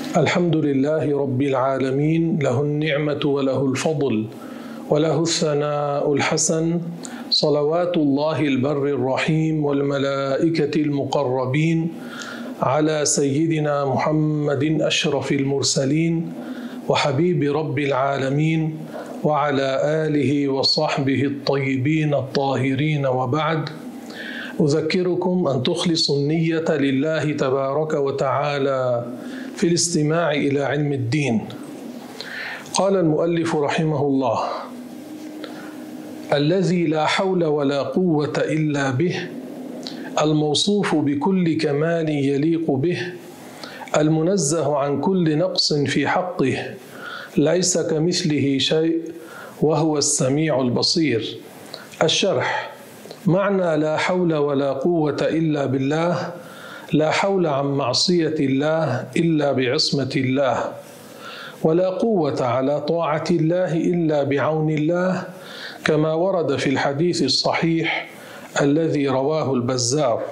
الحمد لله رب العالمين، له النعمة وله الفضل وله الثناء الحسن، صلوات الله البر الرحيم والملائكة المقربين على سيدنا محمد أشرف المرسلين وحبيب رب العالمين وعلى آله وصحبه الطيبين الطاهرين، وبعد. أذكركم أن تخلصوا النية لله تبارك وتعالى في الاستماع إلى علم الدين. قال المؤلف رحمه الله: الذي لا حول ولا قوة إلا به، الموصوف بكل كمال يليق به، المنزه عن كل نقص في حقه، ليس كمثله شيء وهو السميع البصير. الشرح: معنى لا حول ولا قوة إلا بالله: لا حول عن معصية الله إلا بعصمة الله، ولا قوة على طاعة الله إلا بعون الله، كما ورد في الحديث الصحيح الذي رواه البزار.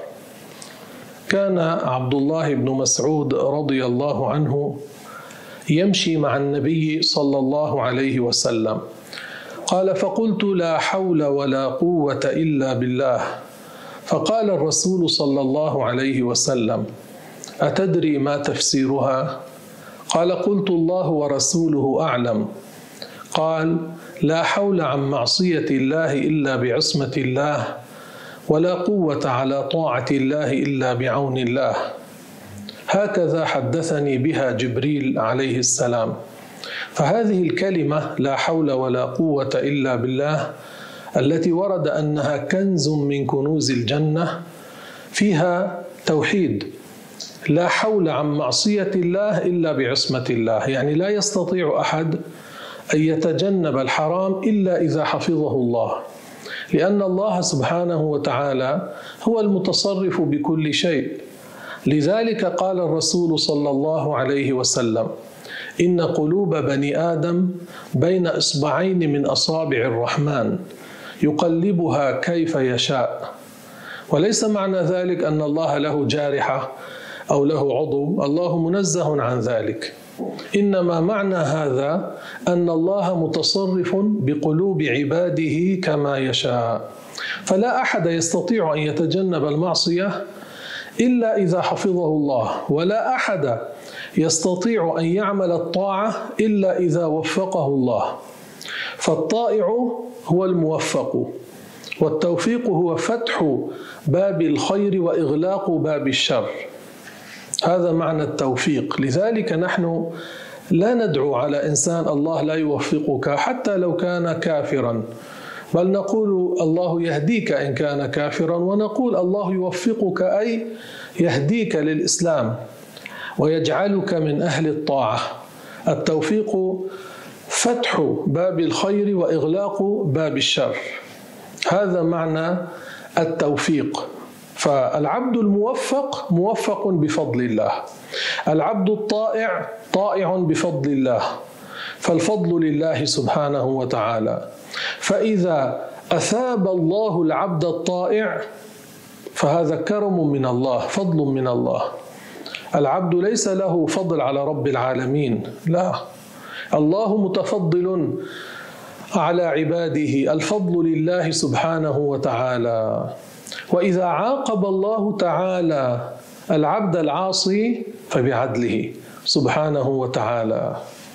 كان عبد الله بن مسعود رضي الله عنه يمشي مع النبي صلى الله عليه وسلم، قال: فقلت: لا حول ولا قوة إلا بالله. فقال الرسول صلى الله عليه وسلم: أتدري ما تفسيرها؟ قال: قلت: الله ورسوله أعلم. قال: لا حول عن معصية الله إلا بعصمة الله، ولا قوة على طاعة الله إلا بعون الله. هكذا حدثني بها جبريل عليه السلام. فهذه الكلمة لا حول ولا قوة إلا بالله التي ورد أنها كنز من كنوز الجنة فيها توحيد. لا حول عن معصية الله إلا بعصمة الله، يعني لا يستطيع أحد أن يتجنب الحرام إلا إذا حفظه الله، لأن الله سبحانه وتعالى هو المتصرف بكل شيء. لذلك قال الرسول صلى الله عليه وسلم: إن قلوب بني آدم بين إصبعين من أصابع الرحمن يقلبها كيف يشاء. وليس معنى ذلك أن الله له جارحة أو له عضو، الله منزه عن ذلك، إنما معنى هذا أن الله متصرف بقلوب عباده كما يشاء، فلا أحد يستطيع أن يتجنب المعصية إلا إذا حفظه الله، ولا أحد يستطيع أن يعمل الطاعة إلا إذا وفقه الله. فالطائع هو الموفق، والتوفيق هو فتح باب الخير وإغلاق باب الشر. هذا معنى التوفيق. لذلك نحن لا ندعو على إنسان الله لا يوفقك حتى لو كان كافرا، بل نقول الله يهديك إن كان كافرا، ونقول الله يوفقك أي يهديك للإسلام ويجعلك من أهل الطاعة. التوفيق فتح باب الخير وإغلاق باب الشر، هذا معنى التوفيق. فالعبد الموفق موفق بفضل الله، العبد الطائع طائع بفضل الله، فالفضل لله سبحانه وتعالى. فإذا أثاب الله العبد الطائع فهذا كرم من الله، فضل من الله. العبد ليس له فضل على رب العالمين، لا، الله متفضل على عباده، الفضل لله سبحانه وتعالى. وإذا عاقب الله تعالى العبد العاصي فبعدله سبحانه وتعالى.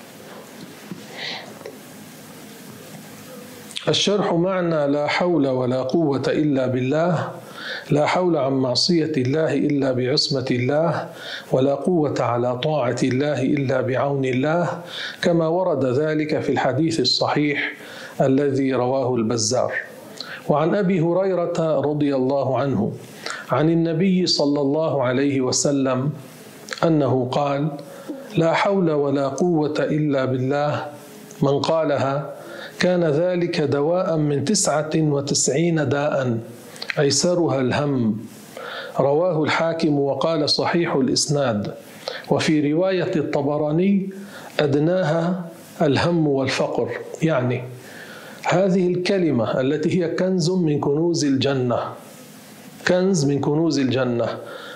الشرح: معنى لا حول ولا قوة إلا بالله: لا حول عن معصية الله إلا بعصمة الله، ولا قوة على طاعة الله إلا بعون الله، كما ورد ذلك في الحديث الصحيح الذي رواه البزار. وعن أبي هريرة رضي الله عنه عن النبي صلى الله عليه وسلم أنه قال: لا حول ولا قوة إلا بالله، من قالها كان ذلك دواء من 99 داء أيسرها الهم. رواه الحاكم وقال صحيح الإسناد. وفي رواية الطبراني: أدناها الهم والفقر، يعني هذه الكلمة التي هي كنز من كنوز الجنة، كنز من كنوز الجنة،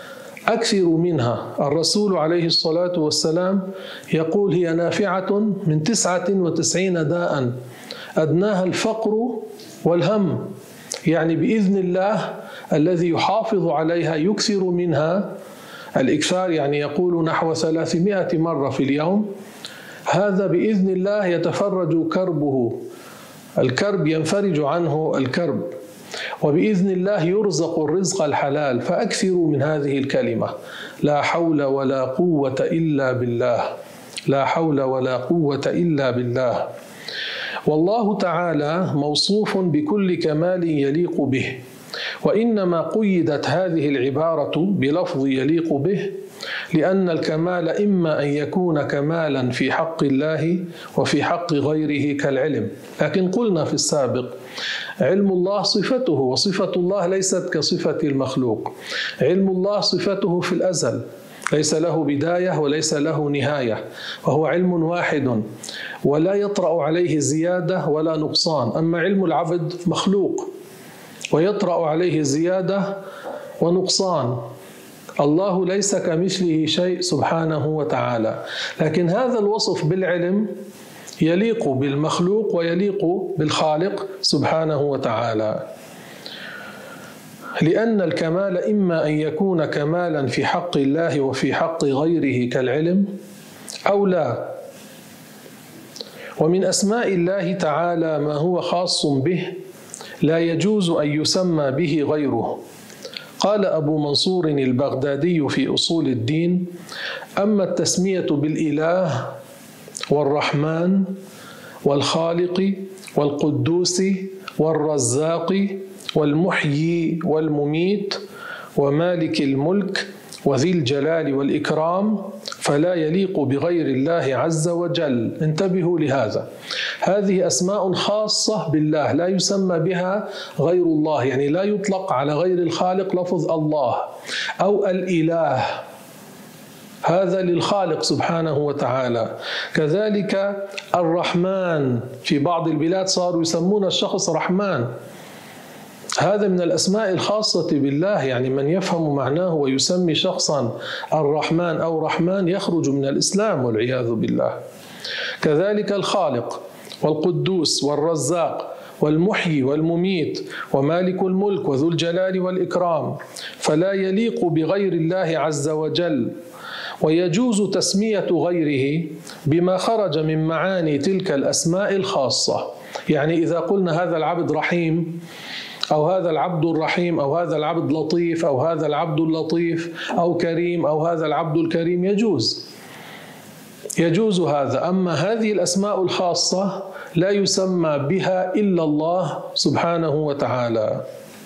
أكثروا منها. الرسول عليه الصلاة والسلام يقول: هي نافعة من 99 داء أدناها الفقر والهم. يعني بإذن الله الذي يحافظ عليها يكثر منها. الإكثار يعني يقول نحو 300 مرة في اليوم. هذا بإذن الله يتفرج كربه، الكرب ينفرج عنه الكرب، وبإذن الله يرزق الرزق الحلال. فأكثروا من هذه الكلمة: لا حول ولا قوة إلا بالله، لا حول ولا قوة إلا بالله. والله تعالى موصوف بكل كمال يليق به، وإنما قيدت هذه العبارة بلفظ يليق به لأن الكمال إما أن يكون كمالا في حق الله وفي حق غيره كالعلم. لكن قلنا في السابق: علم الله صفته، وصفة الله ليست كصفة المخلوق. علم الله صفته في الأزل، ليس له بداية وليس له نهاية، وهو علم واحد ولا يطرأ عليه زيادة ولا نقصان. أما علم العبد مخلوق ويطرأ عليه زيادة ونقصان. الله ليس كمثله شيء سبحانه وتعالى، لكن هذا الوصف بالعلم يليق بالمخلوق ويليق بالخالق سبحانه وتعالى، لأن الكمال إما أن يكون كمالا في حق الله وفي حق غيره كالعلم أو لا. ومن أسماء الله تعالى ما هو خاص به لا يجوز أن يسمى به غيره. قال أبو منصور البغدادي في أصول الدين: أما التسمية بالإله والرحمن والخالق والقدوس والرزاق والمحيي والمميت ومالك الملك وذي الجلال والإكرام فلا يليق بغير الله عز وجل. انتبهوا لهذا، هذه أسماء خاصة بالله لا يسمى بها غير الله، يعني لا يطلق على غير الخالق لفظ الله أو الإله، هذا للخالق سبحانه وتعالى. كذلك الرحمن، في بعض البلاد صاروا يسمون الشخص رحمن، هذا من الأسماء الخاصة بالله، يعني من يفهم معناه ويسمي شخصا الرحمن أو رحمن يخرج من الإسلام والعياذ بالله. كذلك الخالق والقدوس والرزاق والمحيي والمميت ومالك الملك وذو الجلال والإكرام فلا يليق بغير الله عز وجل. ويجوز تسمية غيره بما خرج من معاني تلك الأسماء الخاصة. يعني إذا قلنا هذا العبد رحيم أو هذا العبد الرحيم أو هذا العبد لطيف أو هذا العبد اللطيف أو كريم أو هذا العبد الكريم يجوز هذا. أما هذه الأسماء الخاصة لا يسمى بها إلا الله سبحانه وتعالى.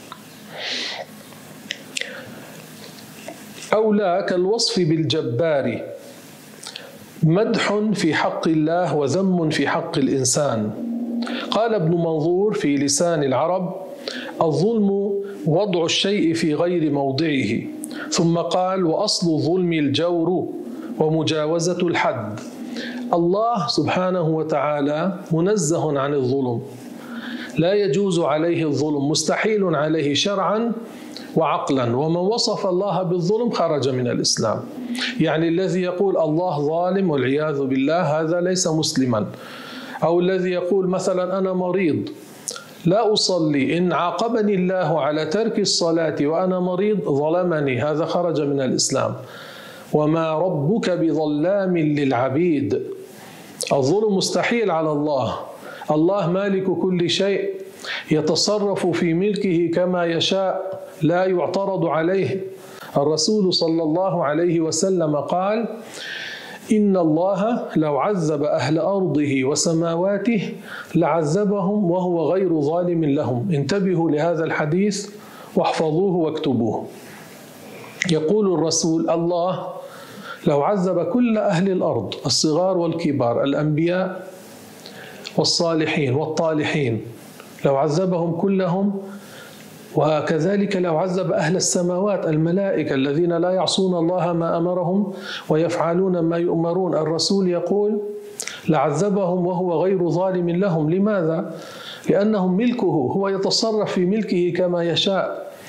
أو لا كالوصف بالجبار، مدح في حق الله وذم في حق الإنسان. قال ابن منظور في لسان العرب: الظلم وضع الشيء في غير موضعه. ثم قال: وأصل الظلم الجور ومجاوزة الحد. الله سبحانه وتعالى منزه عن الظلم، لا يجوز عليه الظلم، مستحيل عليه شرعا وعقلا. ومن وصف الله بالظلم خرج من الإسلام. يعني الذي يقول الله ظالم والعياذ بالله هذا ليس مسلما. أو الذي يقول مثلا أنا مريض لا أصلي، إن عاقبني الله على ترك الصلاة وأنا مريض ظلمني، هذا خرج من الإسلام. وما ربك بظلام للعبيد. الظلم مستحيل على الله، الله مالك كل شيء يتصرف في ملكه كما يشاء لا يعترض عليه. الرسول صلى الله عليه وسلم قال: إن الله لو عذب أهل أرضه وسماواته لعذبهم وهو غير ظالم لهم. انتبهوا لهذا الحديث واحفظوه واكتبوه. يقول الرسول: الله لو عذب كل أهل الأرض الصغار والكبار الأنبياء والصالحين والطالحين، لو عذبهم كلهم، وكذلك لو عذب أهل السماوات الملائكة الذين لا يعصون الله ما أمرهم ويفعلون ما يؤمرون، الرسول يقول لعذبهم وهو غير ظالم لهم. لماذا؟ لأنهم ملكه، هو يتصرف في ملكه كما يشاء،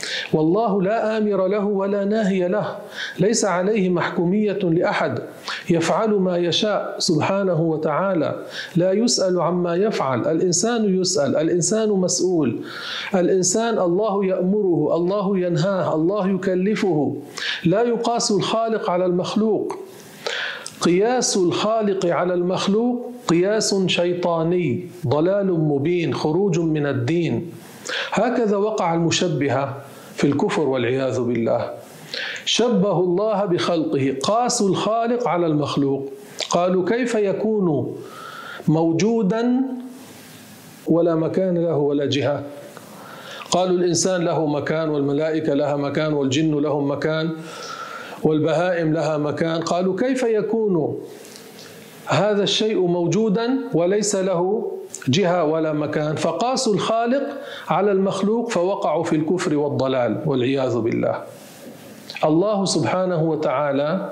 والله لا آمر له ولا ناهي له، ليس عليه محكومية لأحد، يفعل ما يشاء سبحانه وتعالى، لا يسأل عما يفعل. الإنسان يسأل، الإنسان مسؤول، الإنسان الله يأمره، الله ينهاه، الله يكلفه. لا يقاس الخالق على المخلوق. قياس الخالق على المخلوق قياس شيطاني، ضلال مبين، خروج من الدين. هكذا وقع المشبهة في الكفر والعياذ بالله. شبهوا الله بخلقه، قاسوا الخالق على المخلوق. قالوا كيف يكون موجودا ولا مكان له ولا جهة؟ قالوا الإنسان له مكان، والملائكة لها مكان، والجن لهم مكان، والبهائم لها مكان. قالوا كيف يكون هذا الشيء موجودا وليس له جهة ولا مكان؟ فقاسوا الخالق على المخلوق فوقعوا في الكفر والضلال والعياذ بالله. الله سبحانه وتعالى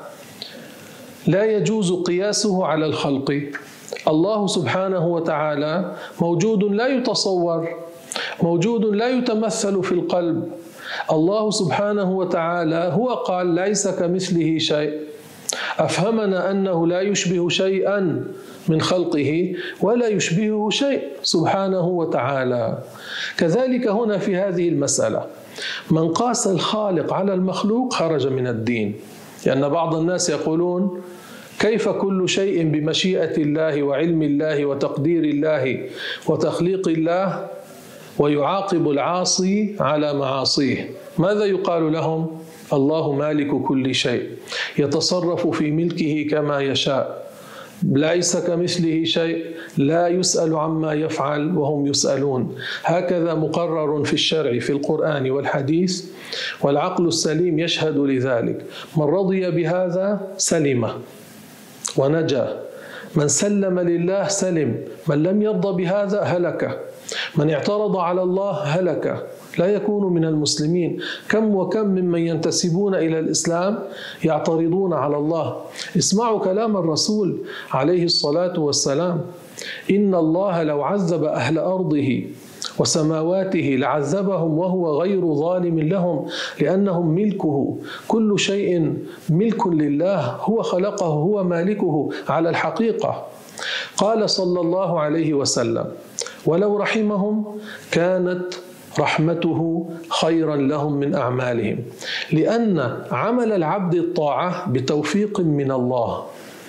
لا يجوز قياسه على الخلق. الله سبحانه وتعالى موجود لا يتصور، موجود لا يتمثل في القلب. الله سبحانه وتعالى هو قال ليس كمثله شيء، أفهمنا أنه لا يشبه شيئا من خلقه ولا يشبهه شيء سبحانه وتعالى. كذلك هنا في هذه المسألة من قاس الخالق على المخلوق خرج من الدين، لأن بعض الناس يقولون كيف كل شيء بمشيئة الله وعلم الله وتقدير الله وتخليق الله ويعاقب العاصي على معاصيه؟ ماذا يقال لهم؟ الله مالك كل شيء، يتصرف في ملكه كما يشاء، ليس كمثله شيء، لا يسأل عما يفعل وهم يسألون. هكذا مقرر في الشرع في القرآن والحديث، والعقل السليم يشهد لذلك. من رضي بهذا سلم ونجا، من سلم لله سلم، من لم يرضى بهذا هلك، من اعترض على الله هلك، لا يكون من المسلمين. كم وكم ممن ينتسبون إلى الإسلام يعترضون على الله. اسمعوا كلام الرسول عليه الصلاة والسلام: إن الله لو عذب أهل أرضه وسماواته لعذبهم وهو غير ظالم لهم لأنهم ملكه. كل شيء ملك لله، هو خلقه، هو مالكه على الحقيقة. قال صلى الله عليه وسلم: ولو رحمهم كانت رحمته خيرا لهم من أعمالهم. لأن عمل العبد الطاعة بتوفيق من الله،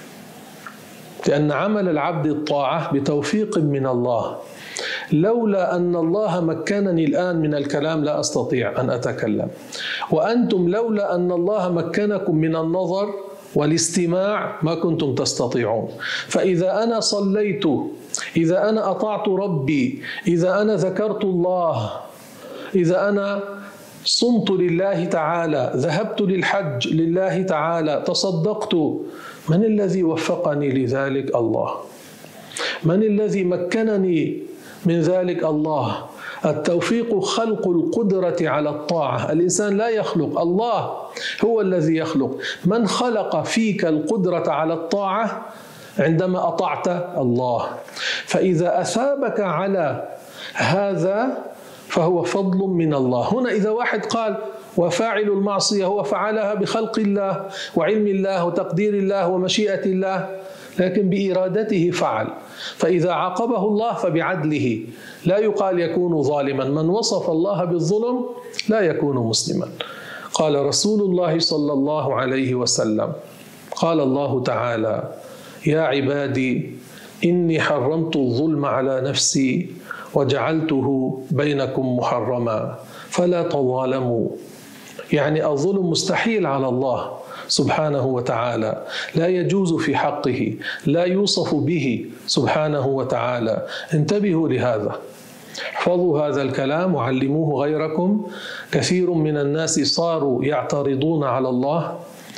لأن عمل العبد الطاعة بتوفيق من الله. لولا أن الله مكنني الآن من الكلام لا أستطيع أن أتكلم، وأنتم لولا أن الله مكنكم من النظر والاستماع ما كنتم تستطيعون. فإذا أنا صليت، إذا أنا أطعت ربي، إذا أنا ذكرت الله، إذا أنا صمت لله تعالى، ذهبت للحج لله تعالى، تصدقت، من الذي وفقني لذلك؟ الله. من الذي مكنني من ذلك؟ الله. التوفيق خلق القدرة على الطاعة. الإنسان لا يخلق، الله هو الذي يخلق. من خلق فيك القدرة على الطاعة؟ عندما أطعت الله. فإذا أثابك على هذا فهو فضل من الله. هنا إذا واحد قال وفاعل المعصية هو فعلها بخلق الله وعلم الله وتقدير الله ومشيئة الله، لكن بإرادته فعل، فإذا عاقبه الله فبعدله، لا يقال يكون ظالما. من وصف الله بالظلم لا يكون مسلما. قال رسول الله صلى الله عليه وسلم: قال الله تعالى: يا عبادي إني حرمت الظلم على نفسي وجعلته بينكم محرما فلا تظالموا. يعني الظلم مستحيل على الله سبحانه وتعالى، لا يجوز في حقه، لا يوصف به سبحانه وتعالى. انتبهوا لهذا، احفظوا هذا الكلام وعلموه غيركم. كثير من الناس صاروا يعترضون على الله،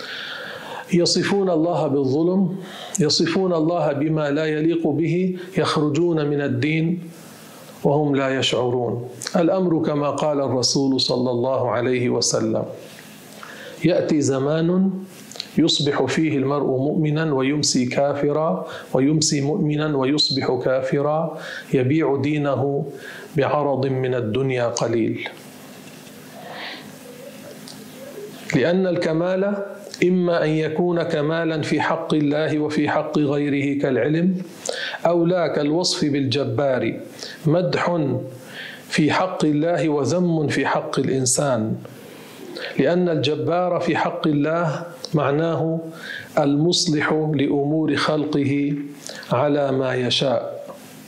يصفون الله بالظلم، يصفون الله بما لا يليق به، يخرجون من الدين وهم لا يشعرون. الأمر كما قال الرسول صلى الله عليه وسلم: يأتي زمان يصبح فيه المرء مؤمنا ويمسي كافرا، ويمسي مؤمنا ويصبح كافرا، يبيع دينه بعرض من الدنيا قليل. لأن الكمال إما أن يكون كمالا في حق الله وفي حق غيره كالعلم، أو لا كالوصف بالجبار، مدح في حق الله وذم في حق الإنسان، لأن الجبار في حق الله معناه المصلح لأمور خلقه على ما يشاء،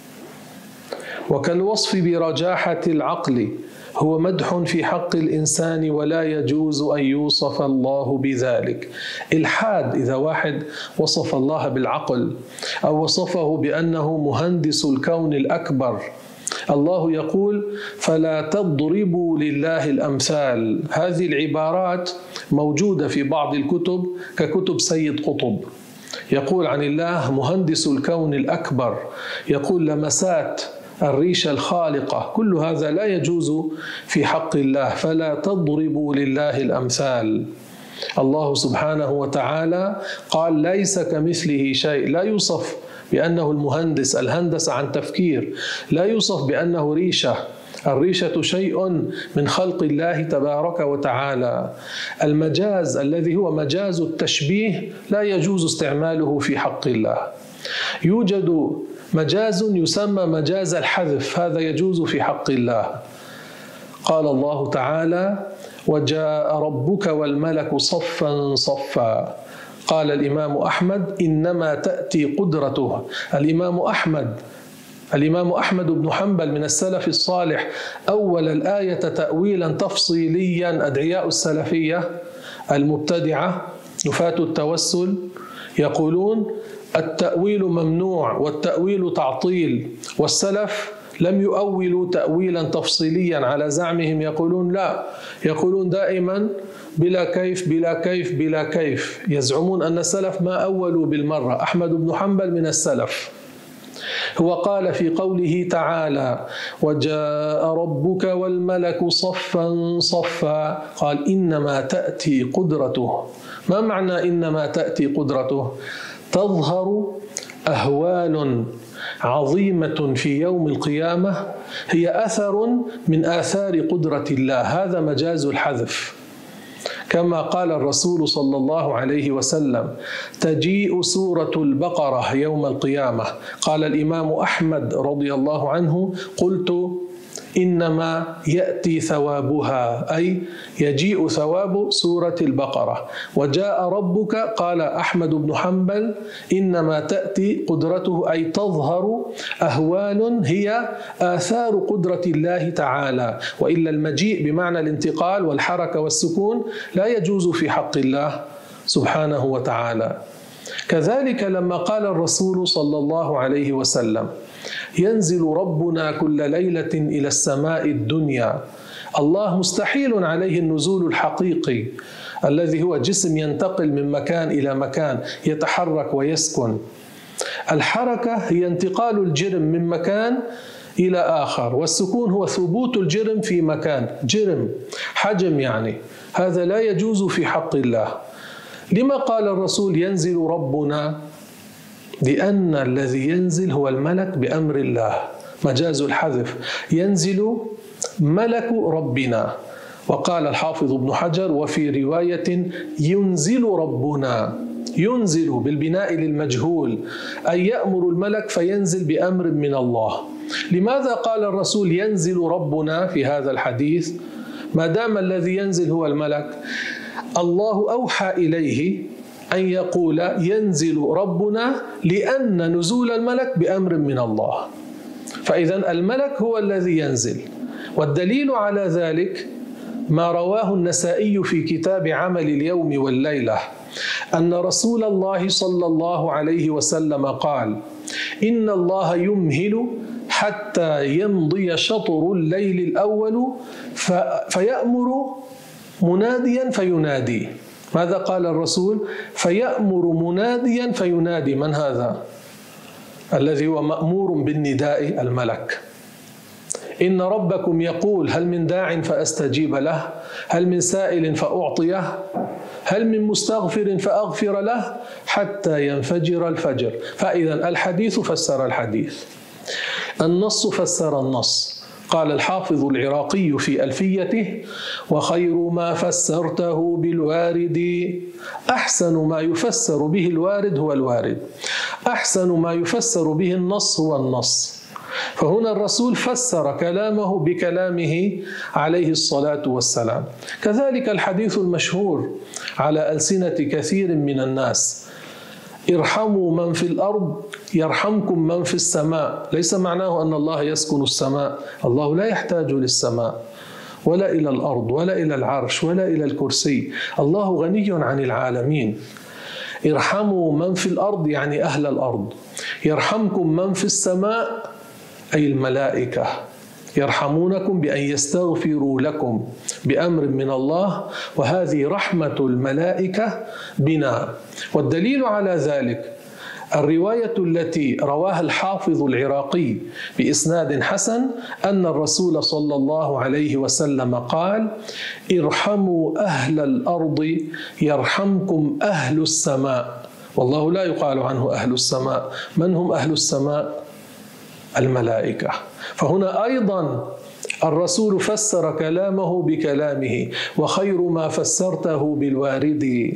وكالوصف برجاحة العقل هو مدح في حق الإنسان ولا يجوز أن يوصف الله بذلك. الحاد إذا واحد وصف الله بالعقل أو وصفه بأنه مهندس الكون الأكبر. الله يقول: فلا تضربوا لله الأمثال. هذه العبارات موجودة في بعض الكتب ككتب سيد قطب، يقول عن الله مهندس الكون الأكبر، يقول لمسات الريشة الخالقة، كل هذا لا يجوز في حق الله. فلا تضربوا لله الأمثال. الله سبحانه وتعالى قال: ليس كمثله شيء، لا يوصف بأنه المهندس، الهندسة عن تفكير، لا يوصف بأنه ريشة، الريشة شيء من خلق الله تبارك وتعالى. المجاز الذي هو مجاز التشبيه لا يجوز استعماله في حق الله. يوجد مجاز يسمى مجاز الحذف، هذا يجوز في حق الله. قال الله تعالى: وجاء ربك والملك صفا صفا. قال الإمام أحمد: إنما تأتي قدرته. الإمام أحمد بن حنبل من السلف الصالح أول الآية تأويلا تفصيليا. أدعياء السلفية المبتدعة نفاة التوسل يقولون التأويل ممنوع والتأويل تعطيل، والسلف لم يؤولوا تأويلا تفصيليا على زعمهم، يقولون لا، يقولون دائما بلا كيف بلا كيف بلا كيف. يزعمون أن السلف ما أولوا بالمرة. أحمد بن حنبل من السلف، هو قال في قوله تعالى: وجاء ربك والملك صفا صفا، قال: إنما تأتي قدرته. ما معنى إنما تأتي قدرته؟ تظهر أهوال عظيمة في يوم القيامة هي أثر من آثار قدرة الله، هذا مجاز الحذف. كما قال الرسول صلى الله عليه وسلم: تجيء سورة البقرة يوم القيامة. قال الإمام أحمد رضي الله عنه: قلت إنما يأتي ثوابها، أي يجيء ثواب سورة البقرة. وجاء ربك، قال أحمد بن حنبل: إنما تأتي قدرته، أي تظهر أهوال هي آثار قدرة الله تعالى، وإلا المجيء بمعنى الانتقال والحركة والسكون لا يجوز في حق الله سبحانه وتعالى. كذلك لما قال الرسول صلى الله عليه وسلم: ينزل ربنا كل ليلة إلى السماء الدنيا، الله مستحيل عليه النزول الحقيقي الذي هو جسم ينتقل من مكان إلى مكان، يتحرك ويسكن. الحركة هي انتقال الجرم من مكان إلى آخر، والسكون هو ثبوت الجرم في مكان، جرم حجم يعني، هذا لا يجوز في حق الله. لما قال الرسول ينزل ربنا؟ لأن الذي ينزل هو الملك بأمر الله، مجاز الحذف، ينزل ملك ربنا. وقال الحافظ ابن حجر: وفي رواية ينزل ربنا، ينزل بالبناء للمجهول، أي يأمر الملك فينزل بأمر من الله. لماذا قال الرسول ينزل ربنا في هذا الحديث ما دام الذي ينزل هو الملك؟ الله أوحى إليه أن يقول ينزل ربنا لأن نزول الملك بأمر من الله، فإذا الملك هو الذي ينزل. والدليل على ذلك ما رواه النسائي في كتاب عمل اليوم والليلة أن رسول الله صلى الله عليه وسلم قال: إن الله يمهل حتى يمضي شطر الليل الأول فيأمر مناديا فينادي. ماذا قال الرسول؟ فيأمر مناديا فينادي. من هذا الذي هو مأمور بالنداء؟ الملك. إن ربكم يقول: هل من داع فأستجيب له، هل من سائل فأعطيه، هل من مستغفر فأغفر له، حتى ينفجر الفجر. فإذا الحديث فسر الحديث، النص فسر النص. قال الحافظ العراقي في ألفيته: وخير ما فسرته بالوارد، أحسن ما يفسر به الوارد هو الوارد، أحسن ما يفسر به النص هو النص. فهنا الرسول فسر كلامه بكلامه عليه الصلاة والسلام. كذلك الحديث المشهور على ألسنة كثير من الناس: ارحموا من في الأرض يرحمكم من في السماء. ليس معناه أن الله يسكن السماء، الله لا يحتاج للسماء ولا إلى الأرض ولا إلى العرش ولا إلى الكرسي، الله غني عن العالمين. ارحموا من في الأرض يعني أهل الأرض، يرحمكم من في السماء أي الملائكة، يرحمونكم بأن يستغفروا لكم بأمر من الله، وهذه رحمة الملائكة بنا. والدليل على ذلك الرواية التي رواها الحافظ العراقي بإسناد حسن أن الرسول صلى الله عليه وسلم قال: ارحموا أهل الأرض يرحمكم أهل السماء. والله لا يقال عنه أهل السماء. من هم أهل السماء؟ الملائكة. فهنا أيضا الرسول فسر كلامه بكلامه: وخير ما فسرته بالوارد.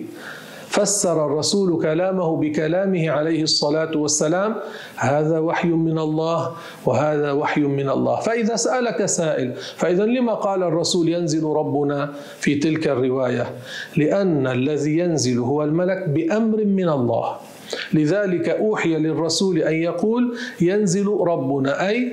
فسر الرسول كلامه بكلامه عليه الصلاة والسلام. هذا وحي من الله وهذا وحي من الله. فإذا سألك سائل: فإذا لما قال الرسول ينزل ربنا في تلك الرواية؟ لأن الذي ينزل هو الملك بأمر من الله، لذلك أوحي للرسول أن يقول ينزل ربنا، أي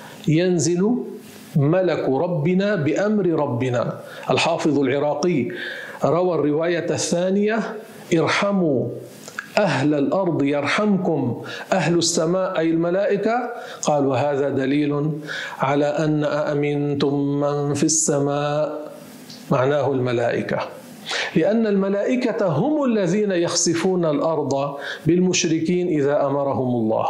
ينزل ملك ربنا بأمر ربنا. الحافظ العراقي روى الرواية الثانية: ارحموا أهل الأرض يرحمكم أهل السماء أي الملائكة. قال: وهذا دليل على أن أأمنتم من في السماء معناه الملائكة، لأن الملائكة هم الذين يخسفون الأرض بالمشركين إذا أمرهم الله.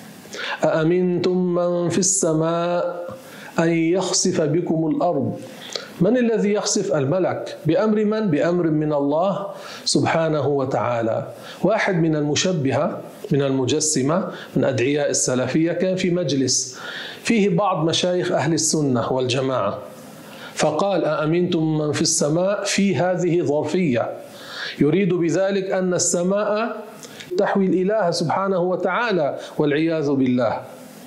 أأمنتم من في السماء أن يخسف بكم الأرض. من الذي يخسف؟ الملك. بأمر من؟ بأمر من الله سبحانه وتعالى. واحد من المشبهة من المجسمة من أدعياء السلفية كان في مجلس فيه بعض مشايخ أهل السنة والجماعة، فقال: أأمنتم من في السماء في هذه ظرفية، يريد بذلك أن السماء تحوي الإله سبحانه وتعالى والعياذ بالله.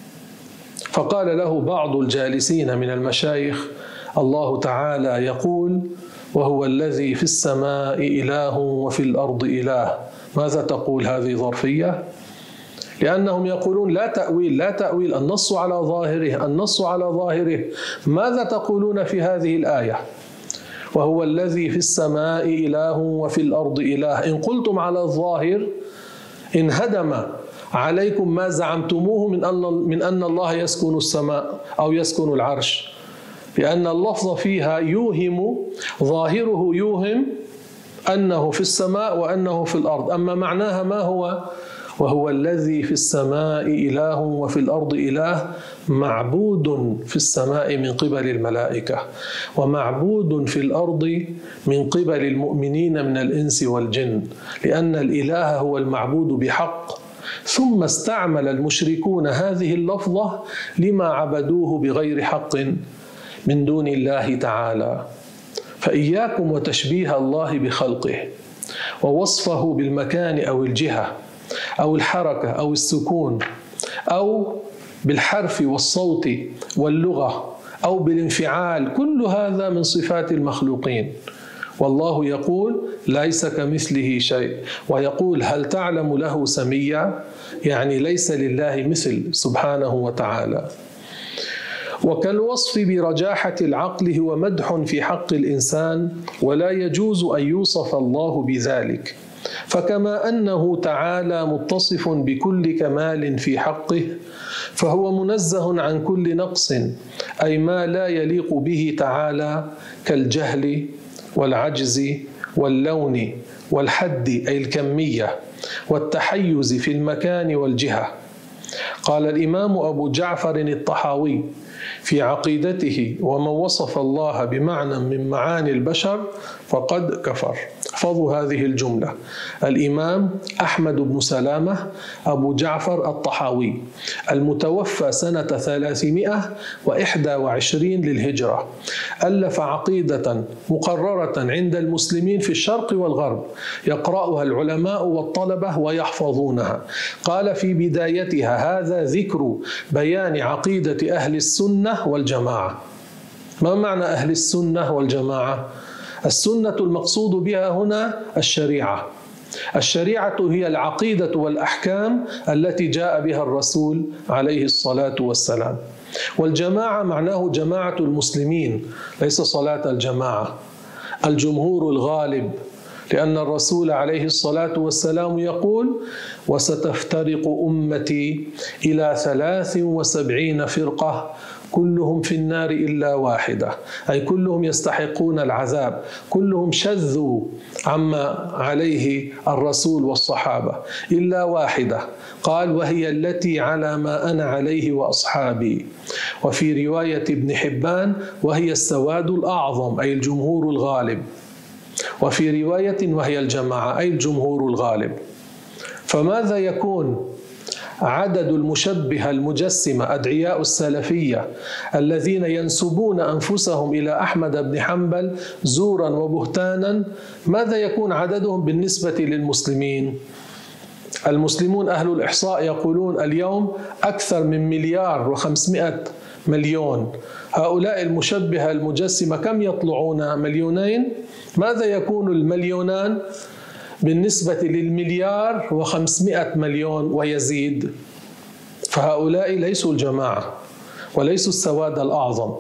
فقال له بعض الجالسين من المشايخ: الله تعالى يقول: وهو الذي في السماء إله وفي الأرض إله. ماذا تقول هذه ظرفية؟ لأنهم يقولون لا تأويل، لا تأويل، النص على ظاهره، النص على ظاهره. ماذا تقولون في هذه الآية؟ وهو الذي في السماء إله وفي الأرض إله. إن قلتم على الظاهر انهدم عليكم ما زعمتموه من أن الله يسكن السماء أو يسكن العرش، لأن اللفظ فيها يوهم، ظاهره يوهم أنه في السماء وأنه في الأرض، أما معناها ما هو؟ وهو الذي في السماء إله وفي الأرض إله، معبود في السماء من قبل الملائكة، ومعبود في الأرض من قبل المؤمنين من الإنس والجن، لأن الإله هو المعبود بحق. ثم استعمل المشركون هذه اللفظة لما عبدوه بغير حق من دون الله تعالى. فإياكم وتشبيه الله بخلقه ووصفه بالمكان أو الجهة أو الحركة أو السكون أو بالحرف والصوت واللغة أو بالانفعال، كل هذا من صفات المخلوقين. والله يقول: ليس كمثله شيء، ويقول: هل تعلم له سميا؟ يعني ليس لله مثل سبحانه وتعالى. وكالوصف برجاحة العقل هو مدح في حق الإنسان، ولا يجوز أن يوصف الله بذلك. فكما أنه تعالى متصف بكل كمال في حقه، فهو منزه عن كل نقص، أي ما لا يليق به تعالى، كالجهل والعجز واللون والحد أي الكمية والتحيز في المكان والجهة. قال الإمام أبو جعفر الطحاوي في عقيدته: ومن وصف الله بمعنى من معاني البشر فقد كفر. احفظوا هذه الجملة: الإمام أحمد بن سلامة أبو جعفر الطحاوي، المتوفى سنة 321 للهجرة، ألف عقيدة مقررة عند المسلمين في الشرق والغرب، يقرأها العلماء والطلبة ويحفظونها. قال في بدايتها: هذا ذكر بيان عقيدة أهل السنة والجماعة. ما معنى أهل السنة والجماعة؟ السنة المقصود بها هنا الشريعة. الشريعة هي العقيدة والأحكام التي جاء بها الرسول عليه الصلاة والسلام. والجماعة معناه جماعة المسلمين، ليس صلاة الجماعة، الجمهور الغالب، لأن الرسول عليه الصلاة والسلام يقول: وستفترق أمتي إلى 73 فرقة كلهم في النار إلا واحدة، أي كلهم يستحقون العذاب، كلهم شذوا عما عليه الرسول والصحابة إلا واحدة. قال: وهي التي على ما أنا عليه وأصحابي. وفي رواية ابن حبان: وهي السواد الأعظم، أي الجمهور الغالب. وفي رواية: وهي الجماعة، أي الجمهور الغالب. فماذا يكون عدد المشبهة المجسمة أدعياء السلفية الذين ينسبون أنفسهم إلى أحمد بن حنبل زورا وبهتانا؟ ماذا يكون عددهم بالنسبة للمسلمين؟ المسلمون أهل الإحصاء يقولون اليوم أكثر من 1,500,000,000. هؤلاء المشبهة المجسمة كم يطلعون؟ 2,000,000. ماذا يكون 2,000,000 بالنسبة ل1,500,000,000 ويزيد؟ فهؤلاء ليسوا الجماعة وليسوا السواد الأعظم،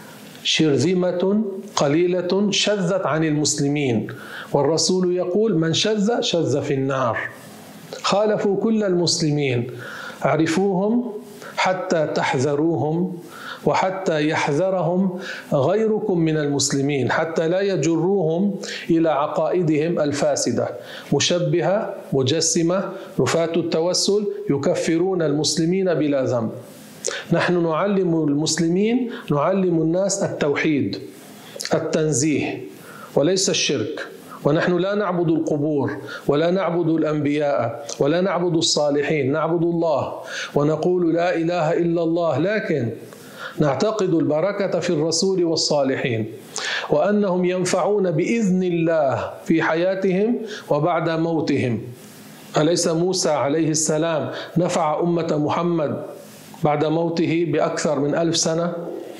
شرذمة قليلة شذت عن المسلمين، والرسول يقول: من شذ شذ في النار. خالفوا كل المسلمين. اعرفوهم حتى تحذروهم، وحتى يحذرهم غيركم من المسلمين، حتى لا يجروهم إلى عقائدهم الفاسدة. مشبهة مجسمة نفاة التوسل يكفرون المسلمين بلا ذنب. نحن نعلم المسلمين، نعلم الناس التوحيد، التنزيه، وليس الشرك. ونحن لا نعبد القبور ولا نعبد الأنبياء ولا نعبد الصالحين، نعبد الله ونقول لا إله إلا الله، لكن نعتقد البركة في الرسول والصالحين، وأنهم ينفعون بإذن الله في حياتهم وبعد موتهم. أليس موسى عليه السلام نفع أمة محمد بعد موته بأكثر من 1000 سنة؟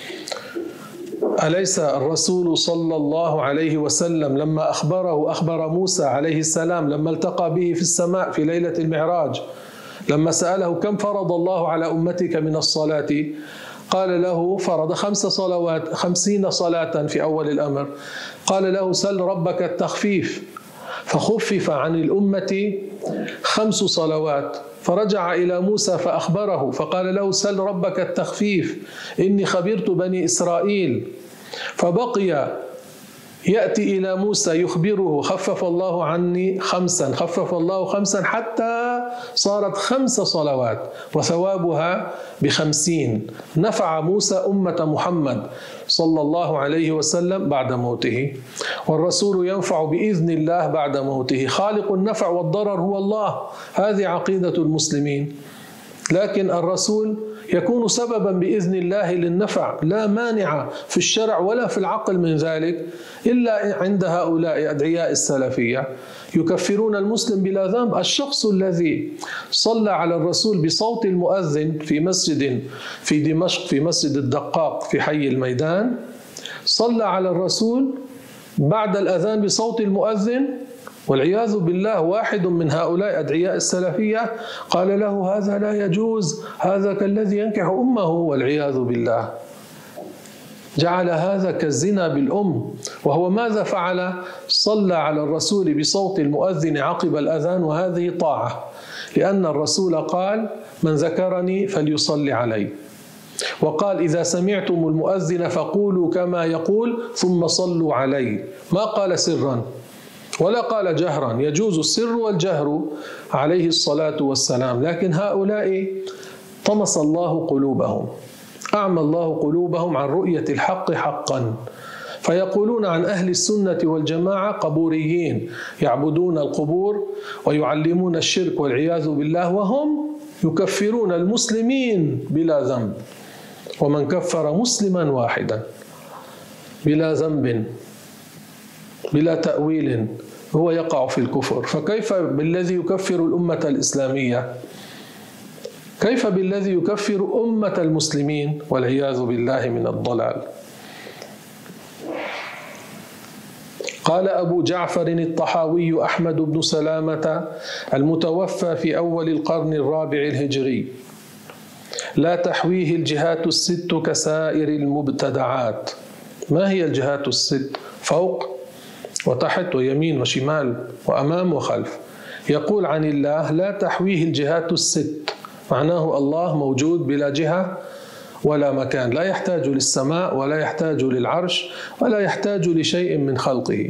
أليس الرسول صلى الله عليه وسلم لما أخبر موسى عليه السلام لما التقى به في السماء في ليلة المعراج، لما سأله: كم فرض الله على أمتك من الصلاة؟ قال له: فرض 5 صلوات، 50 صلاة في أول الأمر. قال له: سل ربك التخفيف، فخفف عن الأمة 5 صلوات. فرجع إلى موسى فأخبره، فقال له: سل ربك التخفيف، إني خبرت بني إسرائيل. فبقي يأتي إلى موسى يخبره: خفف الله عني 5، خفف الله 5، حتى صارت 5 صلوات وثوابها ب50. نفع موسى أمة محمد صلى الله عليه وسلم بعد موته، والرسول ينفع بإذن الله بعد موته. خالق النفع والضرر هو الله، هذه عقيدة المسلمين. لكن الرسول يكون سببا بإذن الله للنفع، لا مانع في الشرع ولا في العقل من ذلك، إلا عند هؤلاء أدعياء السلفية يكفرون المسلم بلا ذنب. الشخص الذي صلى على الرسول بصوت المؤذن في مسجد في دمشق، في مسجد الدقاق في حي الميدان، صلى على الرسول بعد الأذان بصوت المؤذن، والعياذ بالله واحد من هؤلاء أدعياء السلفية قال له: هذا لا يجوز، هذا كالذي ينكح أمه، والعياذ بالله. جعل هذا كالزنا بالأم. وهو ماذا فعل؟ صلى على الرسول بصوت المؤذن عقب الأذان، وهذه طاعة، لأن الرسول قال: من ذكرني فليصلي علي. وقال: إذا سمعتم المؤذن فقولوا كما يقول ثم صلوا علي. ما قال سرا ولا قال جهرا، يجوز السر والجهر عليه الصلاة والسلام. لكن هؤلاء طمس الله قلوبهم، أعمى الله قلوبهم عن رؤية الحق حقا، فيقولون عن أهل السنة والجماعة قبوريين يعبدون القبور ويعلمون الشرك والعياذ بالله، وهم يكفرون المسلمين بلا ذنب. ومن كفر مسلما واحدا بلا ذنب بلا تأويل هو يقع في الكفر، فكيف بالذي يكفر الأمة الإسلامية؟ كيف بالذي يكفر أمة المسلمين والعياذ بالله من الضلال؟ قال أبو جعفر الطحاوي أحمد بن سلامة المتوفى في أول القرن الرابع الهجري: لا تحويه الجهات الست كسائر المبتدعات. ما هي الجهات الست؟ فوق وتحت ويمين وشمال وأمام وخلف. يقول عن الله: لا تحويه الجهات الست، معناه الله موجود بلا جهة ولا مكان، لا يحتاج للسماء ولا يحتاج للعرش ولا يحتاج لشيء من خلقه.